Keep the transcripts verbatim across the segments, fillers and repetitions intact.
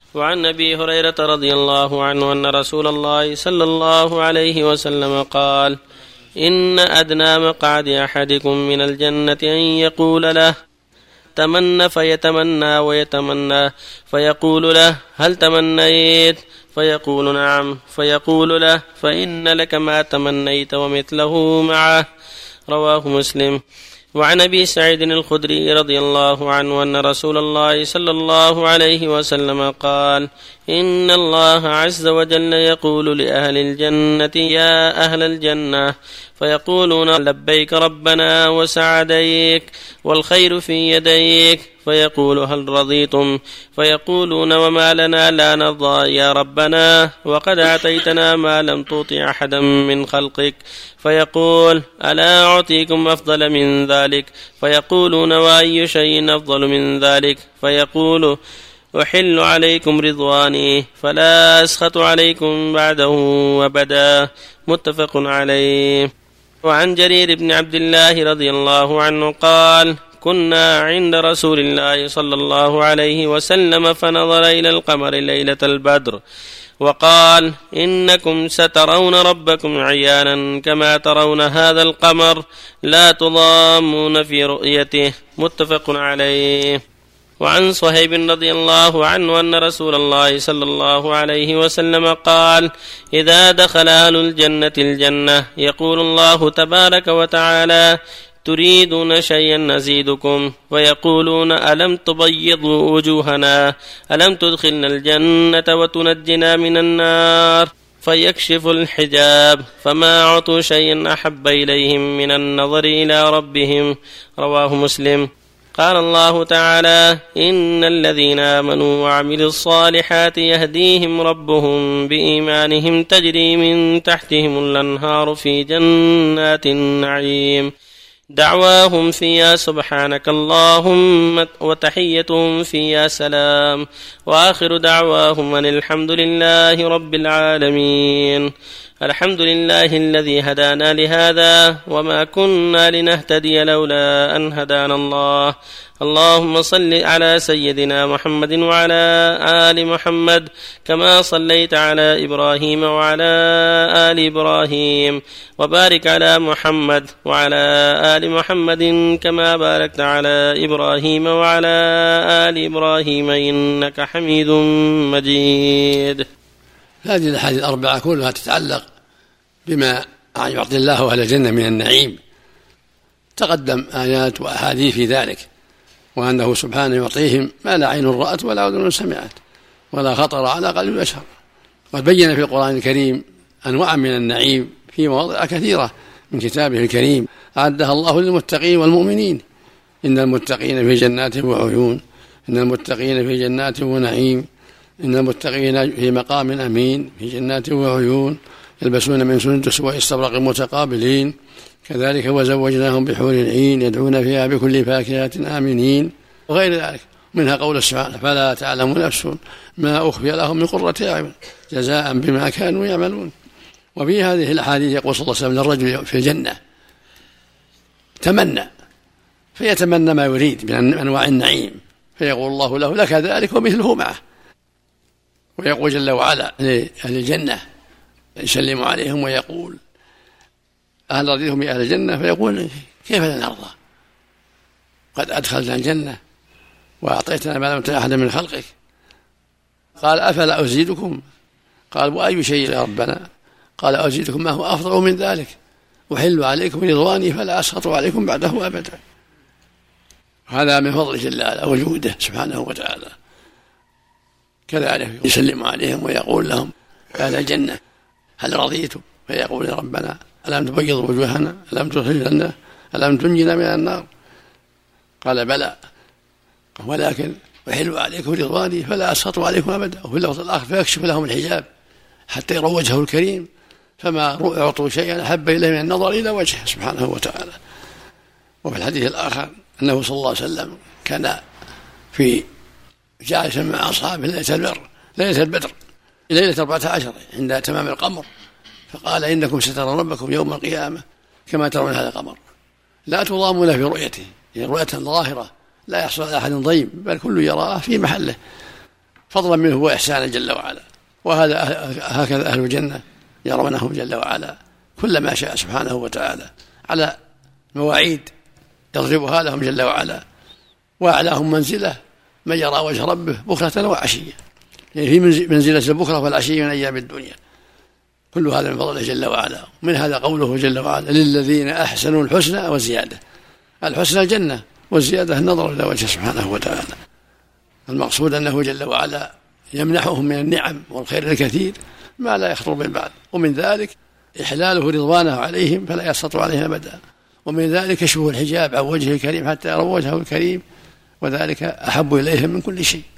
وعن أبي هريرة رضي الله عنه أن رسول الله صلى الله عليه وسلم قال: إن أدنى مقعد أحدكم من الجنة أن يقول له: تمنى فيتمنى ويتمنى، فيقول له: هل تمنيت؟ فيقول: نعم. فيقول له: فإن لك ما تمنيت ومثله معه. رواه مسلم. وعن أبي سعيد الخدري رضي الله عنه أن رسول الله صلى الله عليه وسلم قال: إن الله عز وجل يقول لأهل الجنة: يا أهل الجنة، فيقولون: لبيك ربنا وسعديك والخير في يديك. فيقول: هل رضيتم؟ فيقولون: وما لنا لا نرضى يا ربنا، وقد أعطيتنا ما لم تعط أحدا من خلقك. فيقول: ألا أعطيكم أفضل من ذلك؟ فيقولون: وأي شيء أفضل من ذلك؟ فيقول: أحل عليكم رضواني فلا أسخط عليكم بعده أبدا. متفق عليه. وعن جرير بن عبد الله رضي الله عنه قال: كنا عند رسول الله صلى الله عليه وسلم فنظر إلى القمر ليلة البدر وقال: إنكم سترون ربكم عيانا كما ترون هذا القمر، لا تضامون في رؤيته. متفق عليه. وعن صهيب رضي الله عنه أن رسول الله صلى الله عليه وسلم قال: إذا دخل أهل الجنة الجنة يقول الله تبارك وتعالى: تريدون شيئا نزيدكم؟ ويقولون: ألم تبيض وجوهنا؟ ألم تدخلنا الجنة وتنجنا من النار؟ فيكشف الحجاب، فما أعطوا شيئا أحب إليهم من النظر إلى ربهم. رواه مسلم. قال الله تعالى: إن الذين آمنوا وعملوا الصالحات يهديهم ربهم بإيمانهم تجري من تحتهم الأنهار في جنات النعيم، دعواهم فيها سبحانك اللهم وتحيتهم فيها سلام، وآخر دعواهم أن الحمد لله رب العالمين. الحمد لله الذي هدانا لهذا وما كنا لنهتدي لولا أن هدانا الله. اللهم صل على سيدنا محمد وعلى آل محمد كما صليت على إبراهيم وعلى آل إبراهيم، وبارك على محمد وعلى آل محمد كما باركت على إبراهيم وعلى آل إبراهيم إنك حميد مجيد. هذه الأحاديث الأربعة كلها تتعلق بما يعطي الله أهل الجنة من النعيم، تقدم آيات وأحاديث في ذلك، وأنه سبحانه يعطيهم ما لا عين رأت ولا أذن سمعت ولا خطر على قلب بشر. قد بين في القرآن الكريم أنواع من النعيم في مواضع كثيرة من كتابه الكريم أعدها الله للمتقين والمؤمنين. إن المتقين في جنات وعيون، إن المتقين في جنات ونعيم، إن المتقين في مقام أمين في جنات وعيون، يلبسون من سندس واستبرق متقابلين، كذلك وزوجناهم بحور عين يدعون فيها بكل فاكهة آمنين، وغير ذلك. منها قول سبحانه: فلا تعلم نفس ما أخفي لهم من قرة أعين جزاء بما كانوا يعملون. وفي هذه الأحاديث يقول صلى الله عليه وسلم للرجل في الجنة: تمنى، فيتمنى ما يريد من أنواع النعيم، فيقول الله له: لك ذلك ومثله معه. ويقول جل وعلا لأهل الجنة يسلم عليهم ويقول: أهل رضيتم بأهل الجنة؟ فيقول: كيف لا نرضى؟ قد أدخلنا الجنة وأعطيتنا ما لم تؤت أحدا من خلقك. قال: أفلا أزيدكم؟ قال: وأي شيء يا ربنا؟ قال: أزيدكم ما هو أفضل من ذلك، أحل عليكم رضواني فلا أسخط عليكم بعده أبدا. هذا من فضل جل وجوده سبحانه وتعالى. كذلك يسلم عليهم ويقول لهم: أهل الجنة هل رضيتم؟ فيقول: يا ربنا ألم تبيض وجوهنا؟ ألم تدخلنا؟ ألم تنجنا من النار؟ قال: بلى، ولكن أحل عليكم رضواني فلا أسخط عليكم أبدا. وفي اللفظ الآخر: فيكشف لهم الحجاب حتى يروا وجهه الكريم، فما أعطوا شيئا أحب إليه من النظر إلى وجهه سبحانه وتعالى. وفي الحديث الآخر أنه صلى الله عليه وسلم كان في جالسا مع أصحابه ليلة البدر ليلة البدر ليلة أربعة عشر عند تمام القمر، فقال: إنكم سترون ربكم يوم القيامة كما ترون هذا القمر، لا تضامون في رؤيته، يعني رؤية ظاهرة لا يحصل على أحد ضيم، بل كل يراه في محله. فضلا منه وإحسانا جل وعلا. وهذا هكذا أهل الجنة يرونه جل وعلا كل ما شاء سبحانه وتعالى على مواعيد يضربها لهم جل وعلا. وأعلاهم منزلة من يرى وجه ربه بكرة وعشية، يعني في منزلة البكرة والعشية من أيام الدنيا. كل هذا من فضله جل وعلا. من هذا قوله جل وعلا للذين أحسنوا الحسنى وزيادة. الحسنى الجنة والزيادة النظر إلى وجهه سبحانه وتعالى. المقصود أنه جل وعلا يمنحهم من النعم والخير الكثير ما لا يخطر بالبال، ومن ذلك إحلاله رضوانه عليهم فلا يسخط عليهم أبدا، ومن ذلك كشف الحجاب عن وجهه الكريم حتى يروا وجهه الكريم، وذلك أحب إليهم من كل شيء.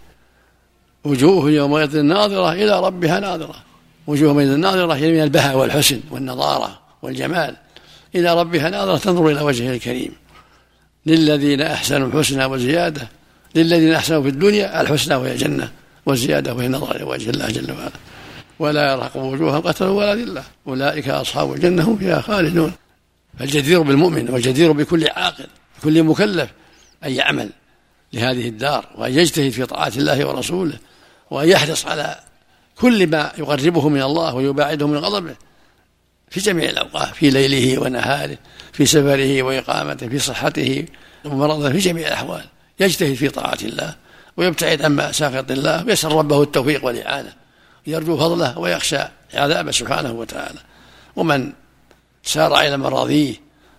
وجوه يومئذ ناظرة إلى ربها ناظرة. وجوه يومئذ ناظرة يعني من البهاء والحسن والنضارة والجمال إلى ربها ناظرة تنظر إلى وجهه الكريم. للذين أحسنوا الحسنى وزيادة. للذين أحسنوا في الدنيا الحسنى وهي الجنة، والزيادة وهي النظر إلى وجه الله جل وعلا. ولا يرهق وجوههم قتر ولا ذلة أولئك أصحاب الجنة هم فيها خالدون. فالجدير بالمؤمن والجدير بكل عاقل بكل مكلف أن يعمل لهذه الدار، وأن يجتهد في طاعة الله ورسوله، وأن يحرص على كل ما يقربه من الله ويباعده من غضبه في جميع الأوقات، في ليله ونهاره، في سفره وإقامته، في صحته ومرضه، في جميع الأحوال يجتهد في طاعة الله ويبتعد عما ساخط الله، ويسأل ربه التوفيق والإعانة، يرجو فضله ويخشى عذابه سبحانه وتعالى. ومن سار إلى مراضيه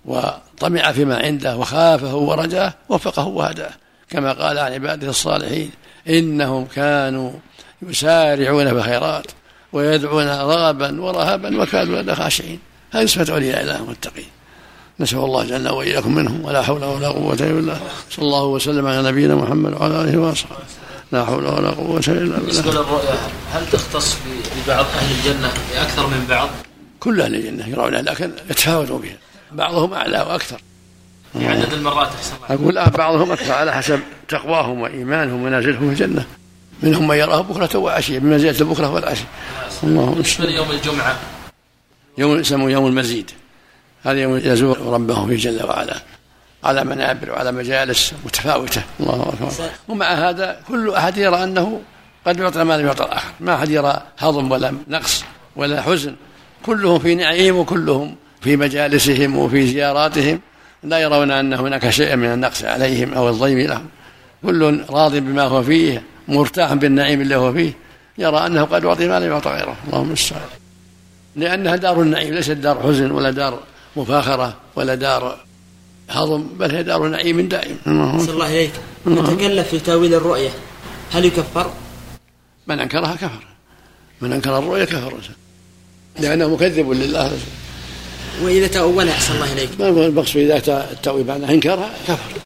وطمع فيما عنده وخافه ورجاه وفقه وهداه، كما قال عن عباده الصالحين إنهم كانوا يسارعون في الخيرات ويدعون رغبا ورهبا وكانوا لنا خاشعين. هذه صفة أولياء الله المتقين. نسأل الله جل وإياكم منهم، ولا حول ولا قوة إلا بالله. صلى الله وسلم على نبينا محمد وعلى آله وصحبه. لا حول ولا قوة إلا بالله. بالنسبة للرؤيا هل تختص ببعض أهل الجنة بأكثر من بعض؟ كل أهل الجنة يرونها لكن يتفاوتوا بها، بعضهم أعلى وأكثر. في عدد المرات أحسن. أقول آه بعضهم أكثر على حسب تقواهم وإيمانهم ونازلهم في الجنة. منهم من يراه بكرة وعشية بمنزلة البكرة والعشية. بالنسبة ليوم الجمعة يوم يسمى يوم المزيد، هذا يوم يزور ربه في جل وعلا على منابر وعلى مجالس متفاوتة. الله أكبر. ومع هذا كل أحد يرى أنه قد يعطى ما لم يعطى الآخر، ما أحد يرى هضم ولا نقص ولا حزن، كلهم في نعيم وكلهم في مجالسهم وفي زياراتهم لا يرون أن هناك شيء من النقص عليهم أو الضيم لهم، كل راض بما هو فيه مرتاح بالنعيم اللي هو فيه، يرى أنه قد يعطي ما لم يعطى غيره. اللهم المستعان. لأنها دار النعيم، ليست دار حزن ولا دار مفاخرة ولا دار هضم، بل هي دار نعيم دائم. صلى الله عليك. نتكلم في تاويل الرؤية، هل يكفر؟ من أنكرها كفر، من أنكر الرؤية كفر لأنه مكذب لله. وإذا تأولها أحسن الله إليك، ما المقصود إذا التأويل معناه إنكارها كفر.